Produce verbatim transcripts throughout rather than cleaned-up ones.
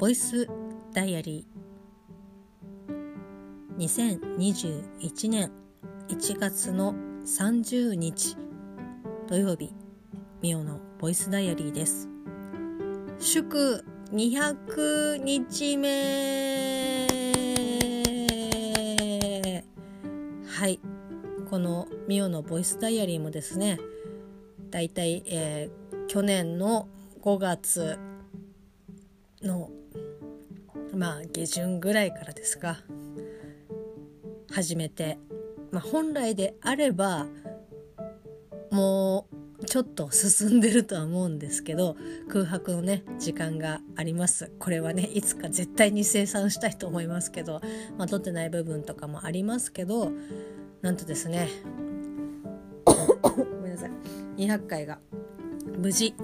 ボイスダイアリーにせんにじゅういちねんいちがつのさんじゅうにち土曜日、ミオのボイスダイアリーです。祝にひゃくにちめ。はい、このミオのボイスダイアリーもですね、だいたい、えー、去年のごがつのまあ下旬ぐらいからですか、始めて、まあ、本来であればもうちょっと進んでるとは思うんですけど、空白のね時間があります。これはねいつか絶対に清算したいと思いますけど、まあ、撮ってない部分とかもありますけど、なんとですねごめんなさい、にひゃっかいが無事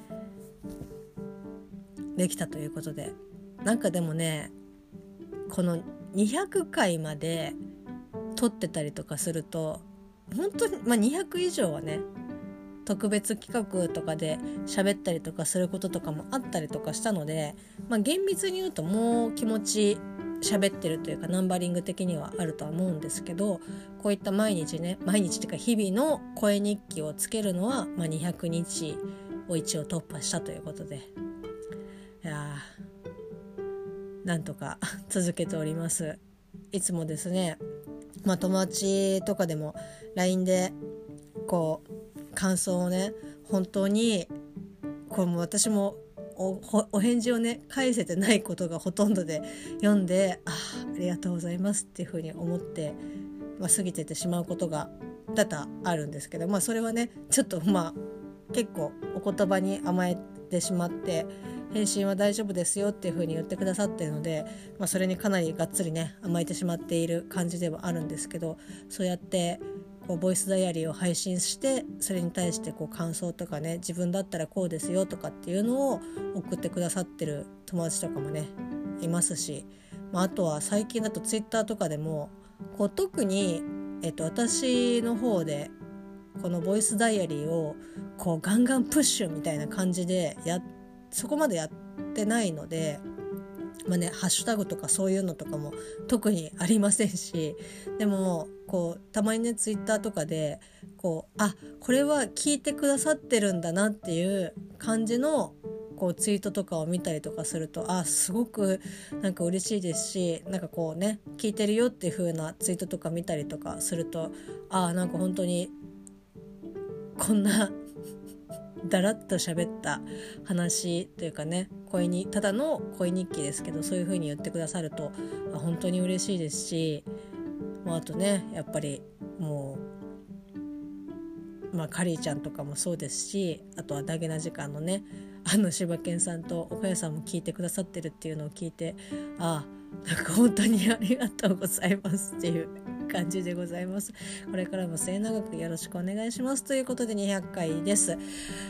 できたということで、なんかでもね、このにひゃくかいまで撮ってたりとかすると、本当に、まあ、にひゃくいじょうはね特別企画とかで喋ったりとかすることとかもあったりとかしたので、まあ、厳密に言うともう気持ち喋ってるというかナンバリング的にはあるとは思うんですけど、こういった毎日ね毎日というか日々の声日記をつけるのは、まあ、にひゃくにちを一応突破したということで、いやなんとか続けております。いつもですね、まあ、友達とかでも ライン でこう感想をね、本当にこれも私も お, お返事をね返せてないことがほとんどで、読んで あ, ありがとうございますっていうふうに思って、まあ、過ぎててしまうことが多々あるんですけど、まあ、それはねちょっとまあ結構お言葉に甘えてしまって、返信は大丈夫ですよっていう風に言ってくださっているので、まあ、それにかなりがっつりね甘えてしまっている感じではあるんですけど、そうやってこうボイスダイアリーを配信して、それに対してこう感想とかね、自分だったらこうですよとかっていうのを送ってくださってる友達とかもねいますし、まあ、あとは最近だとツイッターとかでもこう特に、えっと、私の方でこのボイスダイアリーをこうガンガンプッシュみたいな感じでやってそこまでやってないので、まあね、ハッシュタグとかそういうのとかも特にありませんし、でもこうたまにねツイッターとかでこうあこれは聞いてくださってるんだなっていう感じのこうツイートとかを見たりとかすると、あすごくなんか嬉しいですし、なんかこうね聞いてるよっていう風なツイートとか見たりとかすると、あなんか本当にこんなだらっと喋った話というかね、恋にただの恋日記ですけど、そういう風に言ってくださるとあ本当に嬉しいですし、まあ、あとねやっぱりもう、まあ、カリーちゃんとかもそうですし、あとはダゲな時間のねあの柴犬さんと岡谷さんも聞いてくださってるっていうのを聞いて、あなんか本当にありがとうございますっていう感じでございます。これからも末永くよろしくお願いしますということでにひゃっかいです。いや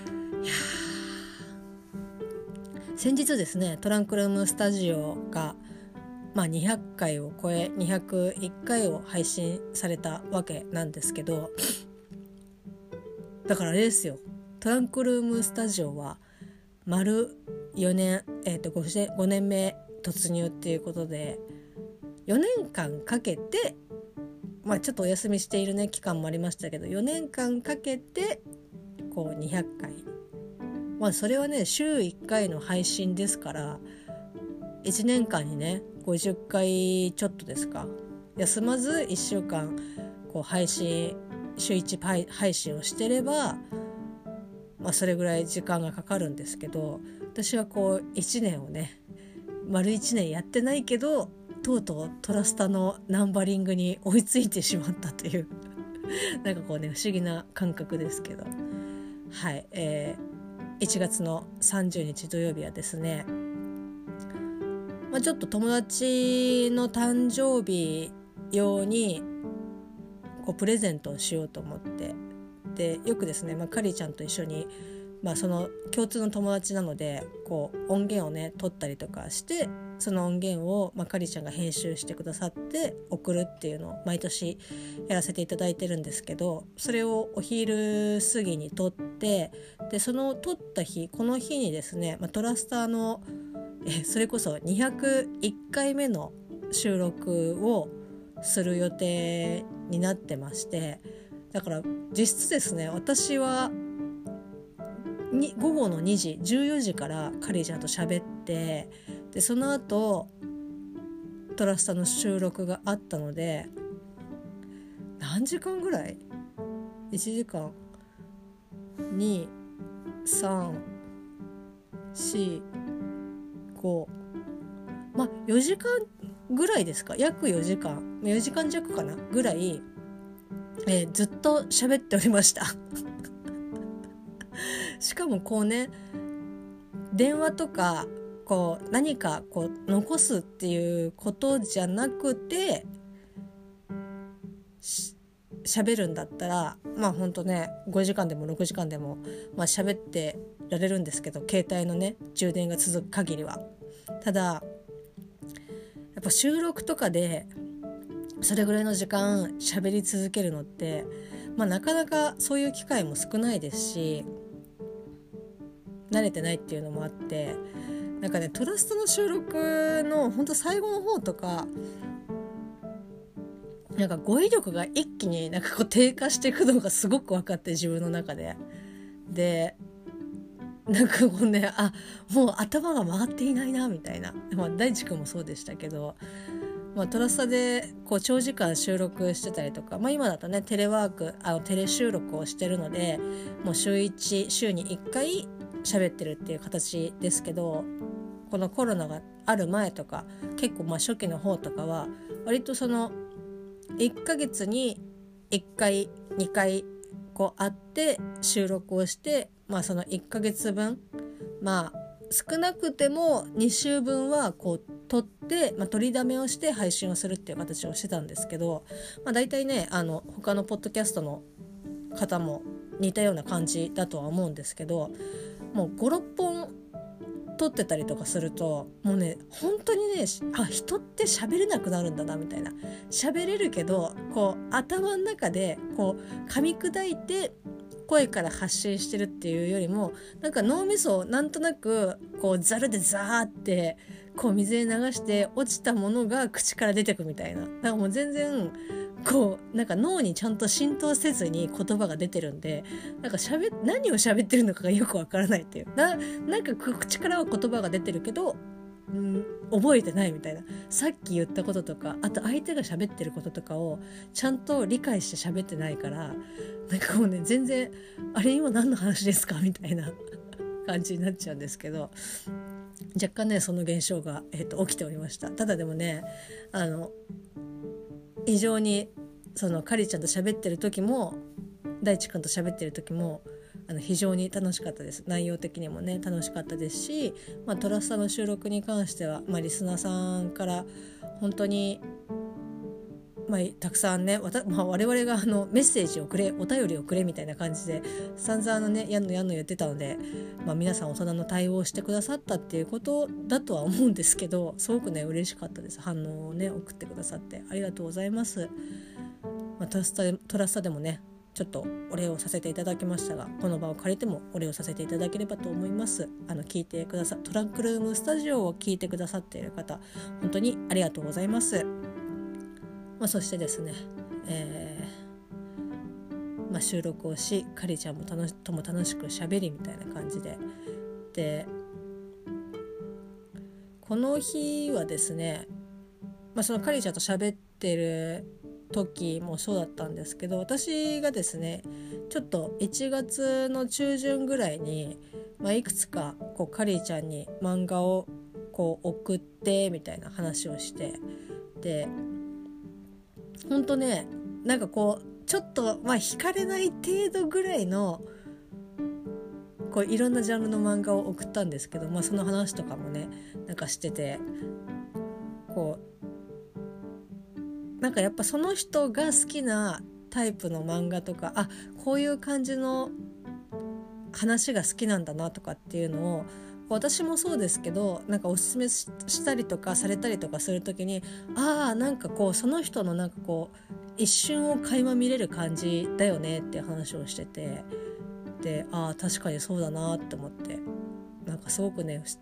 先日ですね、トランクルームスタジオが、まあ、にひゃっかいを超えにひゃくいっかいを配信されたわけなんですけど、だからあれですよ、トランクルームスタジオは丸よねん、えーと、ごねんめ突入っていうことで、よねんかんかけて、まあ、ちょっとお休みしている、ね、期間もありましたけど、よねんかんかけてこうにひゃっかい、まあ、それはね週いっかいの配信ですから、いちねんかんにねごじゅっかいちょっとですか、休まずいっしゅうかんこう配信週いち配信をしてれば、まあ、それぐらい時間がかかるんですけど、私はこういちねんをね丸いちねんやってないけど、とうとうトラスタのナンバリングに追いついてしまったというなんかこうね不思議な感覚ですけど、はい、えー、いちがつのさんじゅうにち土曜日はですね、まあ、ちょっと友達の誕生日用にこうプレゼントをしようと思って、でよくですね、まあ、カリーちゃんと一緒に、まあ、その共通の友達なのでこう音源をね撮ったりとかして、その音源を、まあ、カリーちゃんが編集してくださって送るっていうのを毎年やらせていただいてるんですけど、それをお昼過ぎに撮って、でその撮った日この日にですね、まあ、トラスターのえそれこそにひゃくいっかいめの収録をする予定になってまして、だから実質ですね、私はに午後のにじじゅうよじからカリーちゃんと喋って、でその後トラスタの収録があったので、何時間ぐらいいちじかんにさんしごまあよじかんぐらいですか、約よじかんよじかん弱かなぐらい、えー、ずっと喋っておりましたしかもこうね、電話とかこう何かこう残すっていうことじゃなくてし喋るんだったら、まあほんとねごじかんでもろくじかんでもまあ喋ってられるんですけど、携帯のね充電が続く限りは。ただやっぱ収録とかでそれぐらいの時間喋り続けるのって、まあなかなかそういう機会も少ないですし、慣れてないっていうのもあって、なんかねトラストの収録のほんと最後の方とか、なんか語彙力が一気になんかこう低下していくのがすごく分かって、自分の中ででなんかこうね、あもう頭が回っていないなみたいな、まあ、大地君もそうでしたけど、まあ、トラスタでこう長時間収録してたりとか、まあ、今だとねテレワークあのテレ収録をしてるので、もう週いち週にいっかい喋ってるっていう形ですけど、このコロナがある前とか結構まあ初期の方とかは割とそのいっかげつにいっかいにかいこう会って収録をして、まあそのいっかげつぶん、まあ少なくてもにしゅうぶんはこう撮って、まあ、取りだめをして配信をするっていう形をしてたんですけど、まあ、大体ねあの他のポッドキャストの方も似たような感じだとは思うんですけど、もうごろっぽん撮ってたりとかすると、もうね本当にね、あ人って喋れなくなるんだなみたいな、喋れるけどこう頭の中でこう噛み砕いて声から発信してるっていうよりも、なんか脳みそをなんとなくこうザルでザーってこう水に流して落ちたものが口から出てくみたいな、だからもう全然こうなんか脳にちゃんと浸透せずに言葉が出てるんで、なんか喋何を喋ってるのかがよくわからないっていう、ななんか口からは言葉が出てるけど、うん、覚えてないみたいな、さっき言ったこととか、あと相手が喋ってることとかをちゃんと理解して喋ってないから、なんかもうね全然あれ今何の話ですかみたいな感じになっちゃうんですけど、若干ねその現象が、えー、と起きておりました。ただでもねあの非常にそのカリちゃんと喋ってる時も大地君と喋ってる時もあの非常に楽しかったです。内容的にもね楽しかったですし、まあ、トラスタの収録に関しては、まあ、リスナーさんから本当に、まあ、たくさんねわた、まあ、我々があのメッセージをくれお便りをくれみたいな感じで散々のねやんのやんの言ってたので、まあ、皆さん大人の対応をしてくださったっていうことだとは思うんですけど、すごくね嬉しかったです。反応をね送ってくださってありがとうございます。まあ、トラスタで、トラスタでもねちょっとお礼をさせていただきましたが、この場を借りてもお礼をさせていただければと思います。あの聞いてくださトランクルームスタジオを聞いてくださっている方本当にありがとうございます。まあ、そしてですね、えーまあ、収録をしカリちゃんも楽しとも楽しく喋りみたいな感じで、でこの日はですね、まあ、そのカリちゃんと喋ってる時もそうだったんですけど、私がですねちょっといちがつの中旬ぐらいに、まあ、いくつかこうカリーちゃんに漫画をこう送ってみたいな話をして、でほんとねなんかこうちょっとまあ惹かれない程度ぐらいのこういろんなジャンルの漫画を送ったんですけど、まあ、その話とかもねなんかしてて、こうなんかやっぱその人が好きなタイプの漫画とか、あこういう感じの話が好きなんだなとかっていうのを私もそうですけど、なんかおすすめしたりとかされたりとかするときに、ああなんかこうその人のなんかこう一瞬を垣間見れる感じだよねっていう話をしてて、でああ確かにそうだなって思って、なんかすごくね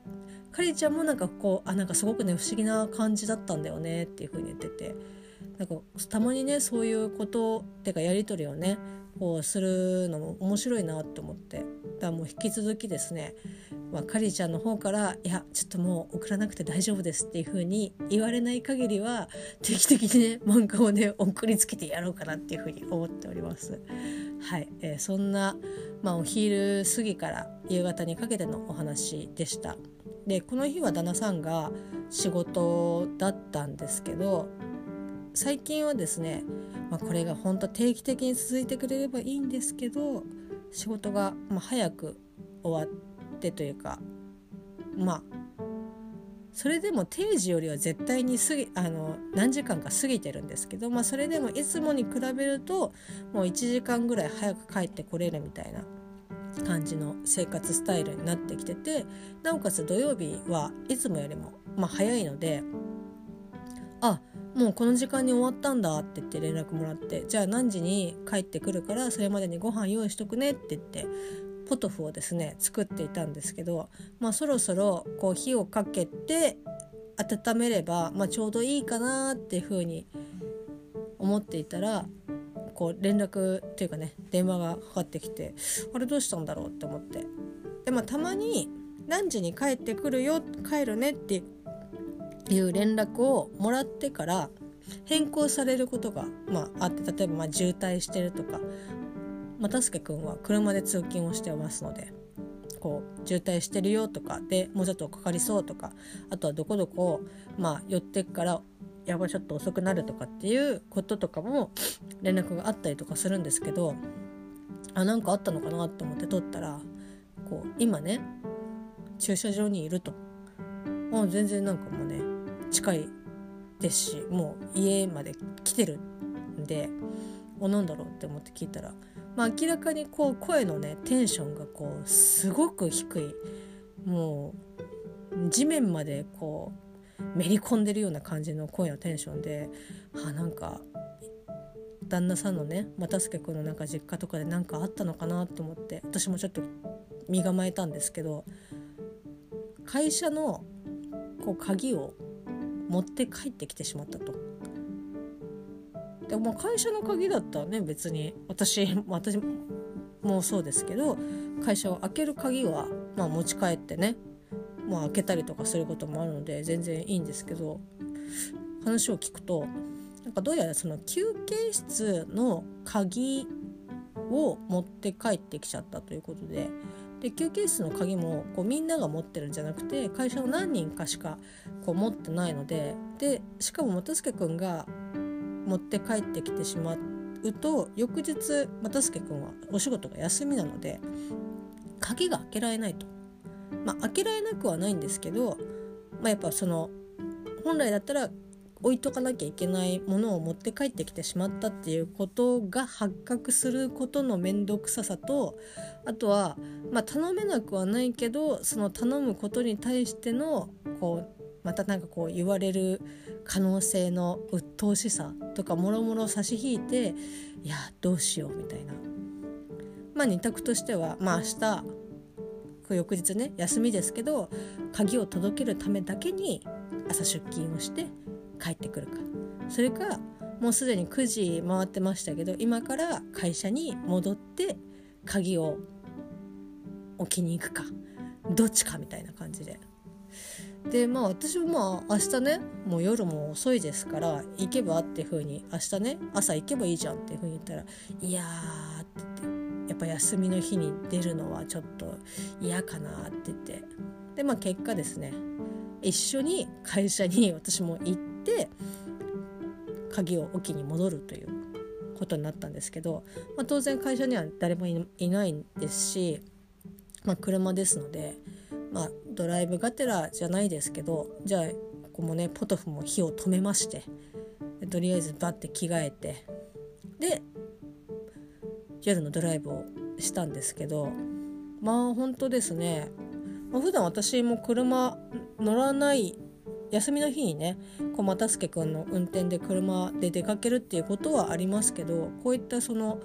かりちゃんもなんかこうあなんかすごくね不思議な感じだったんだよねっていう風に言ってて、なんかたまにねそういうことってかやり取りをねこうするのも面白いなって思って、だからもう引き続きですね、まあ、かりちゃんの方からいやちょっともう送らなくて大丈夫ですっていう風に言われない限りは定期的にね漫画をね送りつけてやろうかなっていう風に思っております。はい、えー、そんな、まあ、お昼過ぎから夕方にかけてのお話でした。でこの日は旦那さんが仕事だったんですけど、最近はですね、まあ、これが本当定期的に続いてくれればいいんですけど、仕事がまあ早く終わってというか、まあそれでも定時よりは絶対に過ぎあの何時間か過ぎてるんですけど、まあ、それでもいつもに比べるともういちじかんぐらい早く帰ってこれるみたいな感じの生活スタイルになってきてて、なおかつ土曜日はいつもよりもまあ早いので、あもうこの時間に終わったんだって言って連絡もらって、じゃあ何時に帰ってくるからそれまでにご飯用意しとくねって言ってポトフをですね作っていたんですけど、まあ、そろそろこう火をかけて温めれば、まあ、ちょうどいいかなっていうふうに思っていたら、こう連絡っていうかね電話がかかってきて、あれどうしたんだろうって思って、で、まあ、たまに何時に帰ってくるよ帰るねっていう連絡をもらってから変更されることが、まあ、あって、例えばまあ渋滞してるとか、またすけくんは車で通勤をしてますので、こう渋滞してるよとかでもうちょっとかかりそうとか、あとはどこどこ、まあ、寄ってくからやばいちょっと遅くなるとかっていうこととかも連絡があったりとかするんですけど、あなんかあったのかなと思って取ったら、こう今ね駐車場にいると、もう全然なんかもうね近いですし、もう家まで来てるんで、おなんだろうって思って聞いたら、まあ、明らかにこう声のねテンションがこうすごく低い、もう地面までこうめり込んでるような感じの声のテンションで、あなんか旦那さんのね又助君のなんか実家とかで何かあったのかなと思って、私もちょっと身構えたんですけど、会社のこう鍵を持って帰ってきてしまったと。でも会社の鍵だったらね別に私私もそうですけど、会社を開ける鍵はまあ持ち帰ってね、まあ、開けたりとかすることもあるので全然いいんですけど、話を聞くとなんかどうやらその休憩室の鍵を持って帰ってきちゃったということで、で休憩室の鍵もこうみんなが持ってるんじゃなくて会社の何人かしかこう持ってないので、でしかも又助くんが持って帰ってきてしまうと翌日又助くんはお仕事が休みなので鍵が開けられないと、まあ開けられなくはないんですけど、まあ、やっぱその本来だったら置いとかなきゃいけないものを持って帰ってきてしまったっていうことが発覚することの面倒くささと、あとは、まあ、頼めなくはないけどその頼むことに対してのこうまたなんかこう言われる可能性の鬱陶しさとかもろもろ差し引いて、いやどうしようみたいな、まあ二択としては、まあ明日翌日ね休みですけど鍵を届けるためだけに朝出勤をして帰ってくるか、それかもうすでにくじ回ってましたけど今から会社に戻って鍵を置きに行くか、どっちかみたいな感じで、でまあ私もまあ明日ねもう夜も遅いですから行けばっていう風に、明日ね朝行けばいいじゃんっていう風に言ったら、いやーって言って、やっぱ休みの日に出るのはちょっと嫌かなって言って、でまあ結果ですね一緒に会社に私も行って鍵を置きに戻るということになったんですけど、まあ、当然会社には誰も い, いないんですし、まあ、車ですので、まあ、ドライブがてらじゃないですけど、じゃあここもねポトフも火を止めまして、とりあえずバッて着替えて、で夜のドライブをしたんですけど、まあ本当ですね、まあ、普段私も車乗らない休みの日にねこう又助くんの運転で車で出かけるっていうことはありますけど、こういったその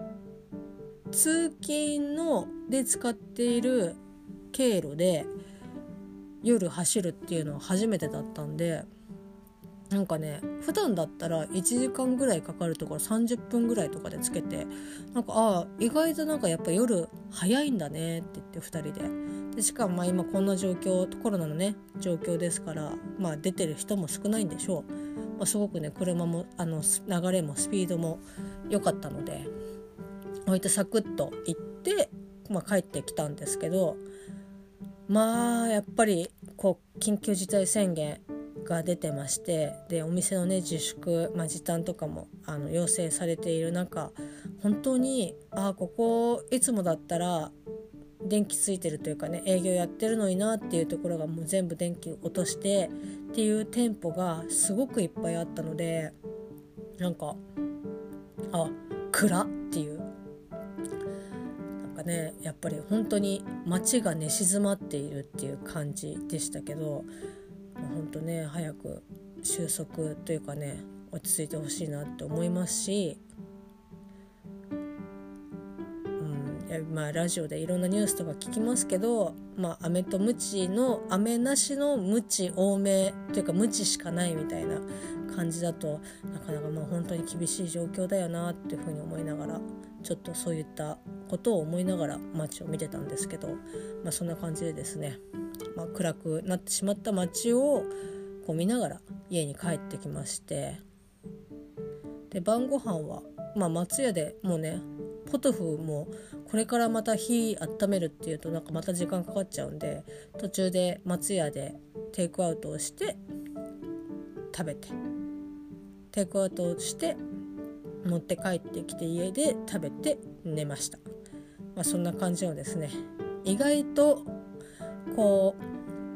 通勤ので使っている経路で夜走るっていうのは初めてだったんで、なんかね普段だったらいちじかんぐらいかかるところさんじゅっぷんぐらいとかでつけて、なんかああ意外となんかやっぱ夜早いんだねって言ってふたりで、でしかもまあ今こんな状況、コロナのね状況ですから、まあ出てる人も少ないんでしょう。まあ、すごくね車もあの流れもスピードも良かったので、置いてサクッと行って、まあ、帰ってきたんですけど、まあやっぱりこう緊急事態宣言が出てまして、でお店のね自粛、まあ、時短とかもあの要請されている中、本当にあここいつもだったら電気ついてるというかね営業やってるのになっていうところがもう全部電気落としてっていう店舗がすごくいっぱいあったので、なんかあ暗っていう、なんかねやっぱり本当に街が寝静まっているっていう感じでしたけど、本当ね早く収束というかね落ち着いてほしいなって思いますし、うん、まあラジオでいろんなニュースとか聞きますけど、まあ飴とムチの飴なしのムチ多めというかムチしかないみたいな感じだと、なかなかまあ本当に厳しい状況だよなっていうふうに思いながら、ちょっとそういったことを思いながら街を見てたんですけど、まあそんな感じでですね、まあ、暗くなってしまった街をこう見ながら家に帰ってきまして、で晩ご飯は、まあ、松屋でもうねポトフもこれからまた火温めるっていうとなんかまた時間かかっちゃうんで、途中で松屋でテイクアウトをして食べて、テイクアウトをして持って帰ってきて家で食べて寝ました。まあ、そんな感じのですね、意外とこう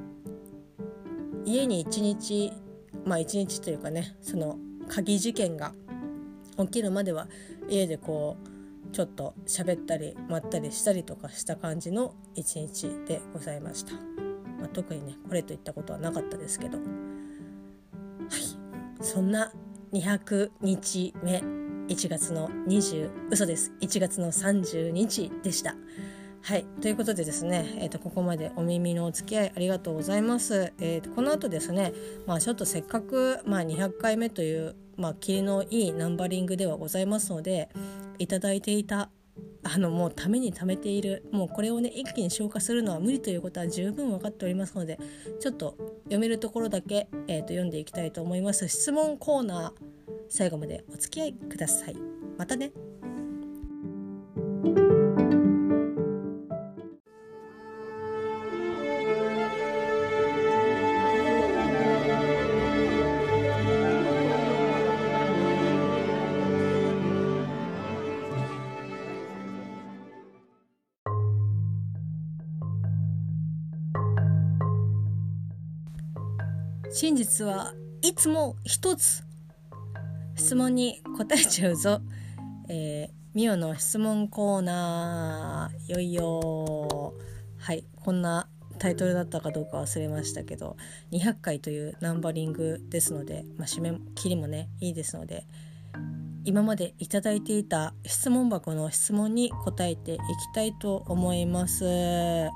家に一日まあ一日というかね、その鍵事件が起きるまでは家でこうちょっと喋ったりまったりしたりとかした感じの一日でございました。まあ、特にねこれといったことはなかったですけど、はい、そんなにひゃくにちめいちがつのにじゅう嘘ですいちがつのさんじゅうにちでした。はい、ということでですね、えーと、ここまでお耳のお付き合いありがとうございます。えーと、この後ですね、まあ、ちょっとせっかく、まあ、にひゃっかいめという、まあ、キリのいいナンバリングではございますので、いただいていたあのもうためにためている、もうこれをね一気に消化するのは無理ということは十分分かっておりますので、ちょっと読めるところだけ、えーと、読んでいきたいと思います。質問コーナー、最後までお付き合いください。またね。真実はいつも一つ。質問に答えちゃうぞ。えー、ミオの質問コーナー、よいよ。はい、こんなタイトルだったかどうか忘れましたけど、にひゃっかいというナンバリングですので、まあ、締め切りもねいいですので、今までいただいていた質問箱の質問に答えていきたいと思います。はい、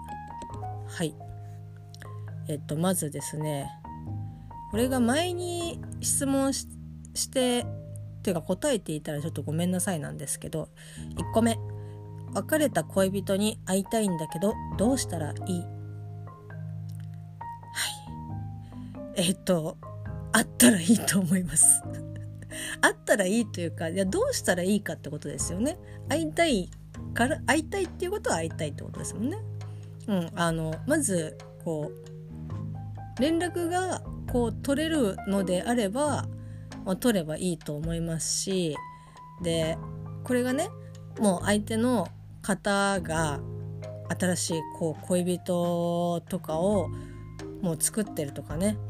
えっとまずですね、これが前に質問 し, してっていうか答えていたらちょっとごめんなさいなんですけど、いっこめ、別れた恋人に会いたいんだけどどうしたらいい？はい、えっと会ったらいいと思います会ったらいいというか、いやどうしたらいいかってことですよね。会いたいから会いたいっていうことは会いたいってことですもんね。うん、あのまずこう連絡がこう取れるのであれば、まあ、取ればいいと思いますし、でこれがねもう相手の方が新しいこう恋人とかをもう作ってるとかね、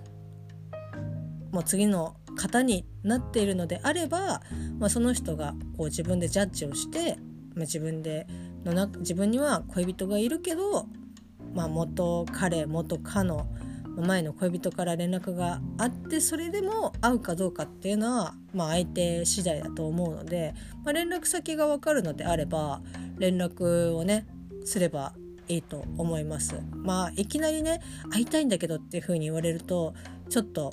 もう次の方になっているのであれば、まあ、その人がこう自分でジャッジをして、まあ、自分でのな自分には恋人がいるけど、まあ、元彼元カノ前の恋人から連絡があって、それでも会うかどうかっていうのは、まあ、相手次第だと思うので、まあ、連絡先が分かるのであれば連絡をねすればいいと思います。まあいきなりね会いたいんだけどっていう風に言われるとちょっと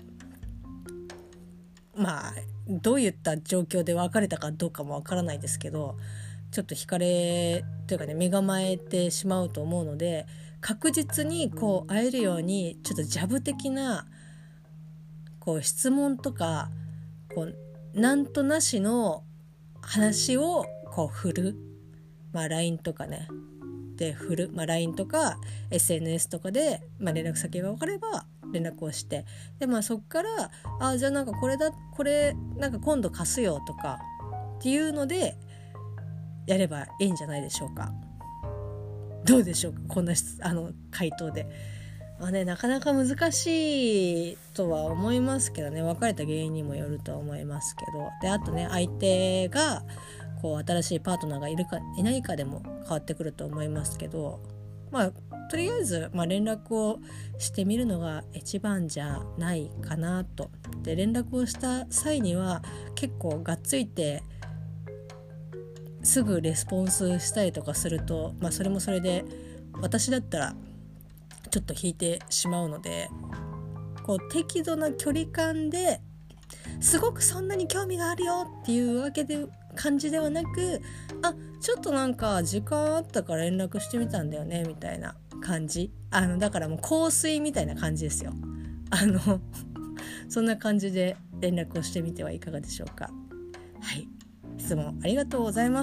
まあどういった状況で別れたかどうかもわからないですけど、ちょっと惹かれというかね身構えてしまうと思うので、確実にこう会えるようにちょっとジャブ的なこう質問とかこうなんとなしの話をこう振る、まあ ライン とかねで振る、まあ、ライン とか エスエヌエス とかで、まあ、連絡先が分かれば連絡をして、でまあそっからあじゃあなんかこれだこれなんか今度貸すよとかっていうのでやればいいんじゃないでしょうか。どうでしょうか、こんなあの回答で。まあね、なかなか難しいとは思いますけどね、別れた原因にもよるとは思いますけど、であとね相手がこう新しいパートナーがいるかいないかでも変わってくると思いますけど、まあとりあえず、まあ、連絡をしてみるのが一番じゃないかなと。で連絡をした際には結構がっついてすぐレスポンスしたりとかすると、まあ、それもそれで私だったらちょっと引いてしまうので、こう適度な距離感ですごくそんなに興味があるよっていうわけで感じではなく、あちょっとなんか時間あったから連絡してみたんだよねみたいな感じ、あのだからもう香水みたいな感じですよ。あのそんな感じで連絡をしてみてはいかがでしょうか。はい、質問ありがとうございます。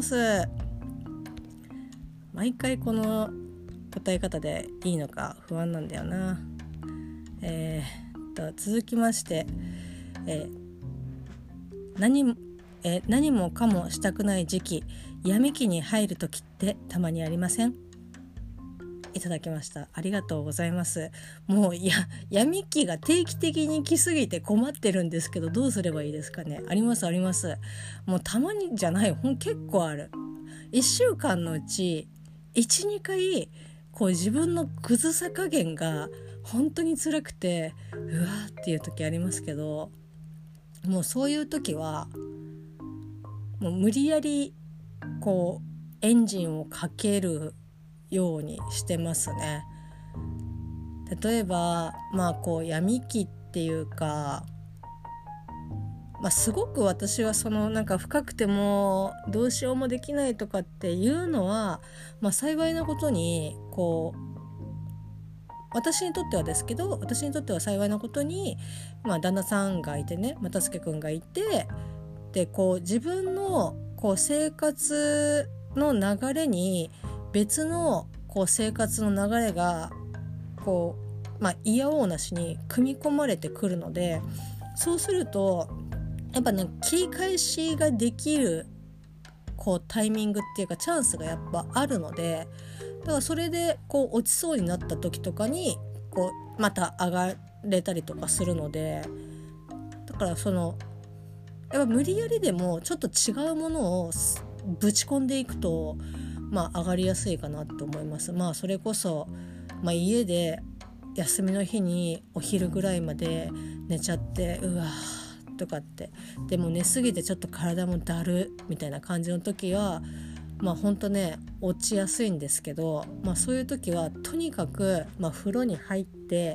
毎回この答え方でいいのか不安なんだよな。えー、っと続きまして、えー、何, えー、何もかもしたくない時期、闇期に入る時ってたまにありません？いただきました。ありがとうございます。もういや闇期が定期的に来すぎて困ってるんですけど、どうすればいいですかね。ありますあります。もうたまにじゃない、ほん結構ある。いっしゅうかんのうち いち,に 回こう自分のぐずさ加減が本当に辛くてうわーっていう時ありますけど、もうそういう時はもう無理やりこうエンジンをかけるようにしてますね。例えばまあこう闇期っていうか、まあ、すごく私はそのなんか深くてもどうしようもできないとかっていうのは、まあ、幸いなことにこう私にとってはですけど私にとっては幸いなことに、まあ、旦那さんがいてね、又助くんがいて、でこう自分のこう生活の流れに別のこう生活の流れがこう、まあ、嫌おうなしに組み込まれてくるので、そうするとやっぱね切り返しができるこうタイミングっていうかチャンスがやっぱあるので、だからそれでこう落ちそうになった時とかにこうまた上がれたりとかするので、だからそのやっぱ無理やりでもちょっと違うものをぶち込んでいくと、まあ上がりやすいかなと思います。まあそれこそ、まあ、家で休みの日にお昼ぐらいまで寝ちゃってうわとかって、でも寝すぎてちょっと体もだるみたいな感じの時はまあほんとね落ちやすいんですけど、まあそういう時はとにかく、まあ、風呂に入って、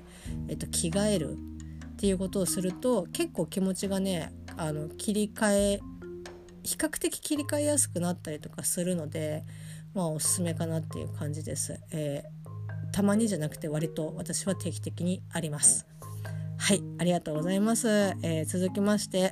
えっと、着替えるっていうことをすると結構気持ちがねあの切り替え比較的切り替えやすくなったりとかするので、まあおすすめかなっていう感じです。えー、たまにじゃなくて割と私は定期的にあります。はい、ありがとうございます。えー、続きまして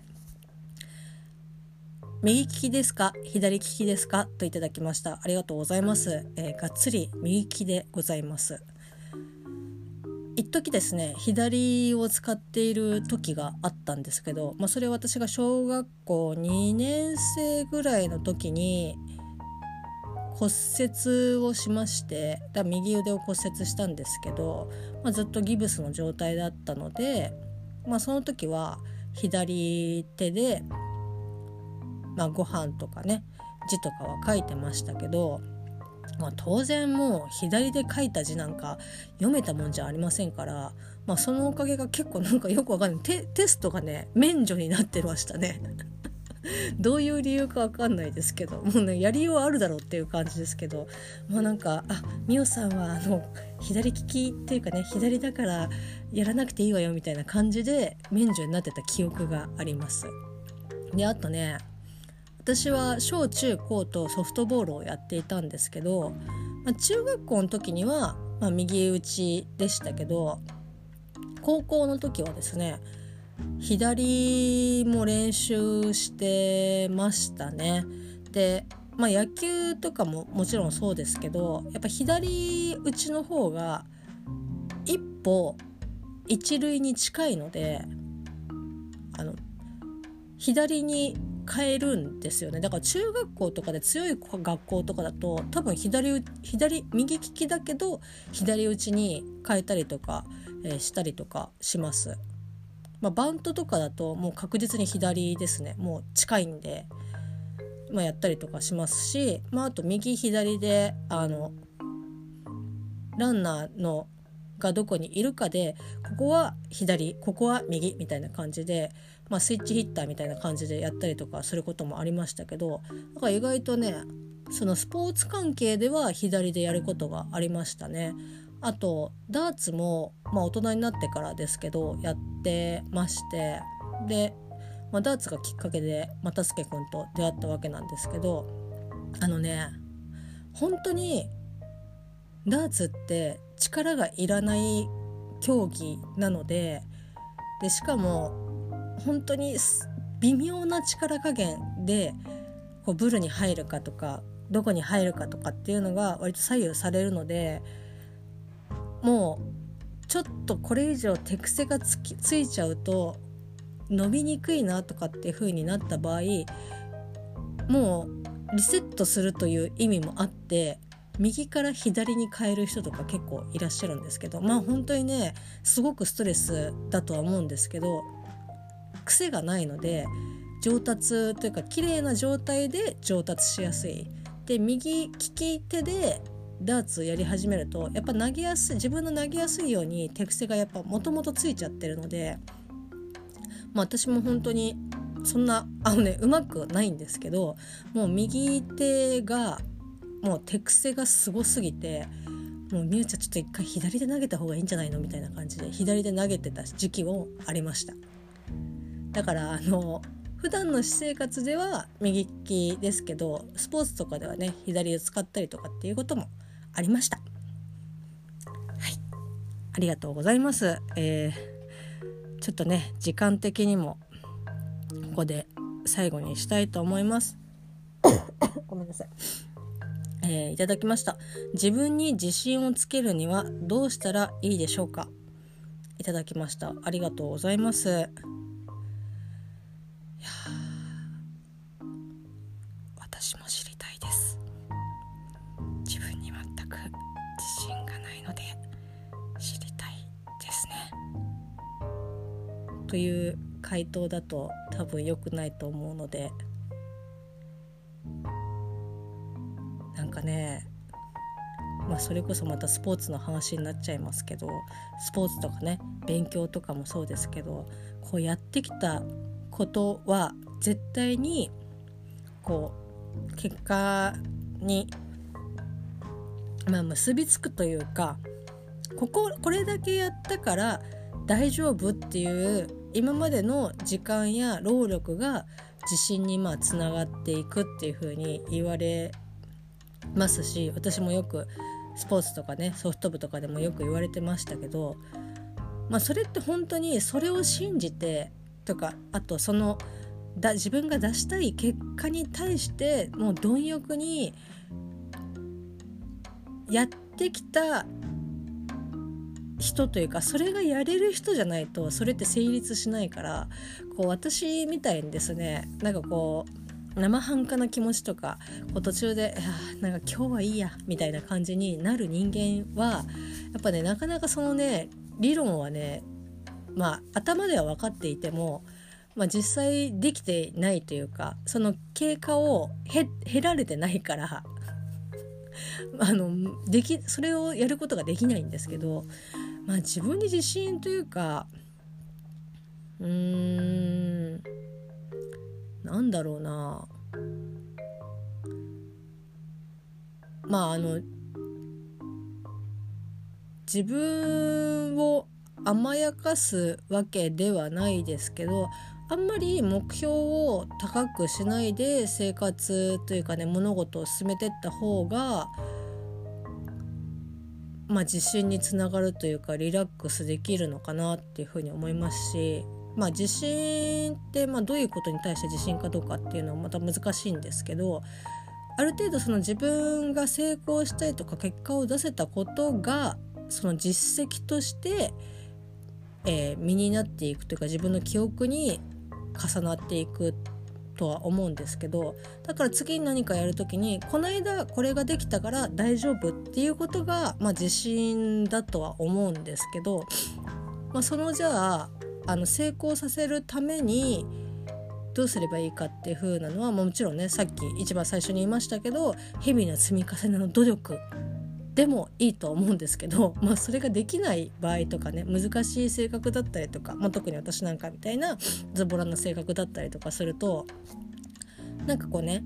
右利きですか左利きですかといただきました。ありがとうございます。えー、がっつり右利きでございます。一時ですね左を使っている時があったんですけど、まあ、それは私が小学校にねん生ぐらいの時に骨折をしまして、だ右腕を骨折したんですけど、まあ、ずっとギブスの状態だったので、まあ、その時は左手で、まあ、ご飯とかね字とかは書いてましたけど、まあ、当然もう左で書いた字なんか読めたもんじゃありませんから、まあ、そのおかげが結構なんかよくわかんない テ, テストがね免除になってましたねどういう理由かわかんないですけど、もうねやりようあるだろうっていう感じですけど、もうなんかあみおさんはあの左利きっていうかね左だからやらなくていいわよみたいな感じで免除になってた記憶があります。であとね、私は小中高とソフトボールをやっていたんですけど、まあ、中学校の時には、まあ、右打ちでしたけど、高校の時はですね左も練習してましたね。で、まあ、野球とかももちろんそうですけど、やっぱ左打ちの方が一歩一塁に近いので、あの左に変えるんですよね。だから中学校とかで強い学校とかだと多分左左右利きだけど左打ちに変えたりとか、えー、したりとかします。まあ、バントとかだともう確実に左ですね。もう近いんで、まあ、やったりとかしますし、まあ、あと右左であのランナーのがどこにいるかで、ここは左ここは右みたいな感じで、まあ、スイッチヒッターみたいな感じでやったりとかすることもありましたけど、だから意外とねそのスポーツ関係では左でやることがありましたね。あとダーツも、まあ、大人になってからですけどやってまして、で、まあ、ダーツがきっかけで又助君と出会ったわけなんですけど、あのね本当にダーツって力がいらない競技なので、でしかも本当に微妙な力加減でこうブルに入るかとかどこに入るかとかっていうのが割と左右されるので、もうちょっとこれ以上手癖がつきついちゃうと伸びにくいなとかっていう風になった場合、もうリセットするという意味もあって右から左に変える人とか結構いらっしゃるんですけど、まあ本当にねすごくストレスだとは思うんですけど、癖がないので上達というか綺麗な状態で上達しやすい。で右利き手でダーツやり始めるとやっぱ投げやすい、自分の投げやすいように手癖がやっぱもともとついちゃってるので、まあ私も本当にそんなあのねうまくないんですけど、もう右手がもう手癖がすごすぎて、もうみゆちゃんちょっと一回左で投げた方がいいんじゃないのみたいな感じで左で投げてた時期もありました。だからあの普段の私生活では右利きですけど、スポーツとかではね左を使ったりとかっていうこともありました。はい、ありがとうございます。えー、ちょっとね時間的にもここで最後にしたいと思います。ごめんなさい。えー、いただきました。自分に自信をつけるにはどうしたらいいでしょうか。いただきました。ありがとうございます。いや私も知りたいです。自分に全く自信がないので知りたいですね。という回答だと多分良くないと思うので、なんかね、まあそれこそまたスポーツの話になっちゃいますけど、スポーツとかね勉強とかもそうですけど、こうやってきたことは絶対にこう結果に、まあ、結びつくというか、こここれだけやったから大丈夫っていう今までの時間や労力が自信にまあつながっていくっていう風に言われますし、私もよくスポーツとかねソフト部とかでもよく言われてましたけど、まあそれって本当にそれを信じてとか、あとそのだ自分が出したい結果に対してもう貪欲にやってきた人というか、それがやれる人じゃないとそれって成立しないから、こう私みたいにですね、なんかこう生半可な気持ちとかこう途中でなんか今日はいいやみたいな感じになる人間はやっぱね、なかなかそのね理論はね、まあ頭では分かっていても、まあ、実際できてないというか、その経過をへ経られてないからあのできそれをやることができないんですけど、まあ自分に自信というか、うーんなんだろうな、まああの自分を甘やかすわけではないですけど、あんまり目標を高くしないで生活というかね、物事を進めていった方が、まあ、自信につながるというかリラックスできるのかなっていうふうに思いますし、まあ、自信ってまあどういうことに対して自信かどうかっていうのはまた難しいんですけど、ある程度その自分が成功したりとか結果を出せたことがその実績として、えー、身になっていくというか自分の記憶に重なっていくとは思うんですけど、だから次に何かやるときにこの間これができたから大丈夫っていうことが、まあ、自信だとは思うんですけど、まあ、そのじゃあ、あの成功させるためにどうすればいいかっていう風なのはもちろんね、さっき一番最初に言いましたけど日々の積み重ねの努力でもいいと思うんですけど、まあ、それができない場合とかね、難しい性格だったりとか、まあ、特に私なんかみたいなズボラな性格だったりとかすると、なんかこうね、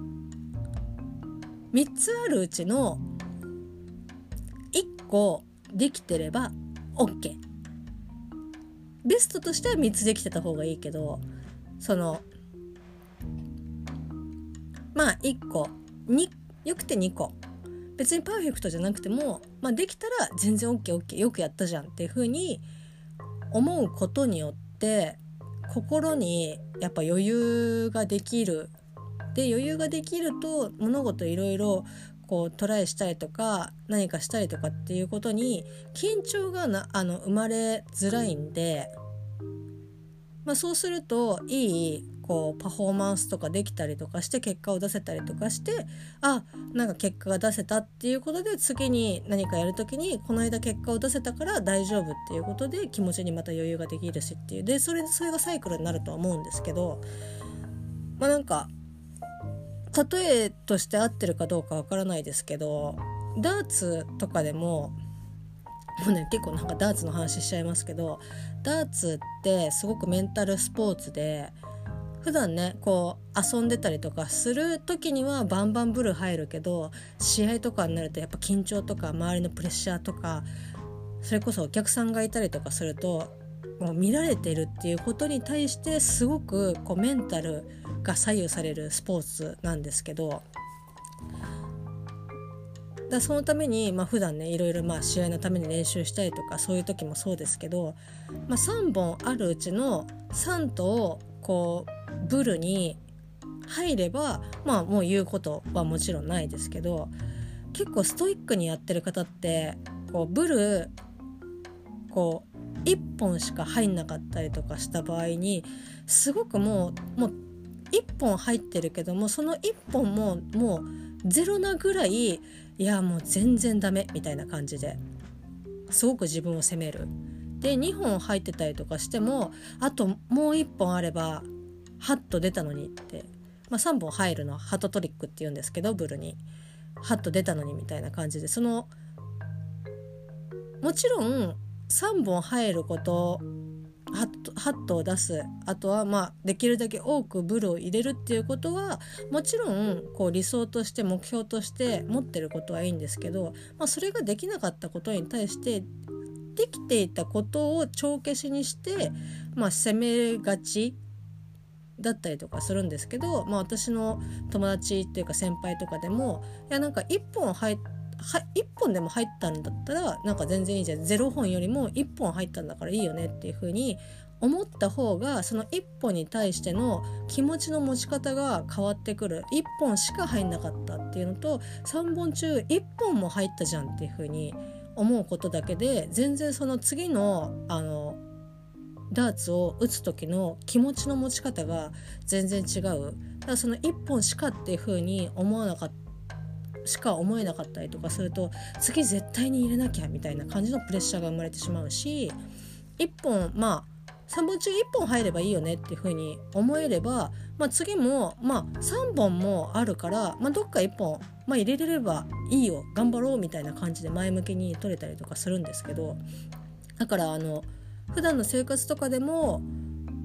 みっつあるうちのいっこできてれば OK、 ベストとしてはみっつできてた方がいいけど、そのまあいっこによくてにこ、別にパーフェクトじゃなくても、まあ、できたら全然 OKOK よくやったじゃんっていう風に思うことによって心にやっぱ余裕ができる。で余裕ができると物事いろいろこうトライしたりとか何かしたりとかっていうことに緊張がなあの生まれづらいんで、まあ、そうするといいこうパフォーマンスとかできたりとかして結果を出せたりとかして、あ、なんか結果が出せたっていうことで次に何かやるときにこの間結果を出せたから大丈夫っていうことで気持ちにまた余裕ができるしっていうで、それそれがサイクルになるとは思うんですけど、まあなんか例えとして合ってるかどうかわからないですけど、ダーツとかでももうね、結構なんかダーツの話しちゃいますけど、ダーツってすごくメンタルスポーツで、普段ねこう遊んでたりとかする時にはバンバンブル入るけど、試合とかになるとやっぱ緊張とか周りのプレッシャーとか、それこそお客さんがいたりとかするともう見られてるっていうことに対してすごくこうメンタルが左右されるスポーツなんですけど、だそのために、まあ、普段ねいろいろまあ試合のために練習したりとかそういう時もそうですけど、まあ、さんぼんあるうちのさんとをこうブルに入れば、まあもう言うことはもちろんないですけど、結構ストイックにやってる方ってこうブルこういっぽんしか入んなかったりとかした場合にすごくもうもういっぽん入ってるけどもそのいっぽんももうゼロなぐらい、いやもう全然ダメみたいな感じですごく自分を責める。でにほん入ってたりとかしてもあともういっぽんあればハッと出たのにって、まあ、さんぼん入るのはハットトリックって言うんですけど、ブルにハッと出たのにみたいな感じで、そのもちろんさんぼん入ることハット、ハットを出す、あとはまあできるだけ多くブルを入れるっていうことはもちろんこう理想として目標として持ってることはいいんですけど、まあ、それができなかったことに対してできていたことを帳消しにして、まあ、責めがちだったりとかするんですけど、まあ、私の友達っていうか先輩とかでもいやなんかいっぽん入っはいっぽんでも入ったんだったらなんか全然いいじゃん、ゼロほんよりもいっぽん入ったんだからいいよねっていう風に思った方がそのいっぽんに対しての気持ちの持ち方が変わってくる。いっぽんしか入んなかったっていうのとさんぼん中いっぽんも入ったじゃんっていう風に思うことだけで全然その次のあのダーツを打つ時の気持ちの持ち方が全然違う。だからそのいっぽんしかっていう風に思わなかったしか思えなかったりとかすると次絶対に入れなきゃみたいな感じのプレッシャーが生まれてしまうし、いっぽんまあさんぼん中いっぽん入ればいいよねっていう風に思えれば、まあ、次もまあさんぼんもあるから、まあ、どっかいっぽん、まあ、入れれればいいよ頑張ろうみたいな感じで前向きに取れたりとかするんですけど、だからあの普段の生活とかでも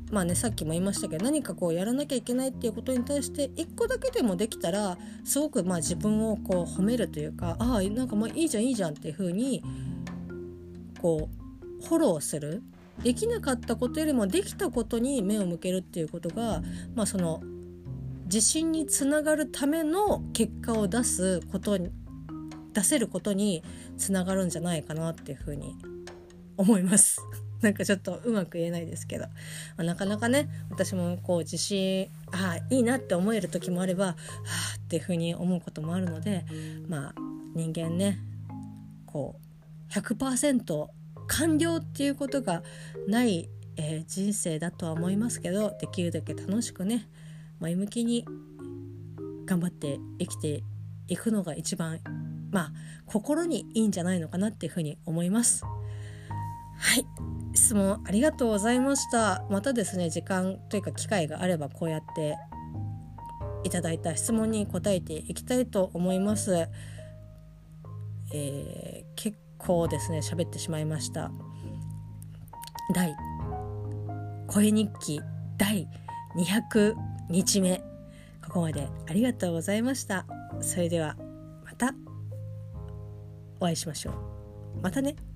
まあね、さっきも言いましたけど、何かこうやらなきゃいけないっていうことに対して一個だけでもできたら、すごくまあ自分をこう褒めるというか、ああなんかまあいいじゃんいいじゃんっていう風にこうフォローする。できなかったことよりもできたことに目を向けるっていうことが、まあその自信につながるための結果を出すことに出せることにつながるんじゃないかなっていう風に思いますなんかちょっとうまく言えないですけど、まあ、なかなかね私もこう自信あいいなって思える時もあればはあっていう風に思うこともあるので、まあ人間ねこう ひゃくパーセント 完了っていうことがない、えー、人生だとは思いますけど、できるだけ楽しくね前向きに頑張って生きていくのが一番まあ心にいいんじゃないのかなっていうふうに思います。はい、質問ありがとうございました。またですね時間というか機会があればこうやっていただいた質問に答えていきたいと思います。えー、結構ですね喋ってしまいました。第声日記第にひゃくにちめ、ここまでありがとうございました。それではまたお会いしましょう。またね。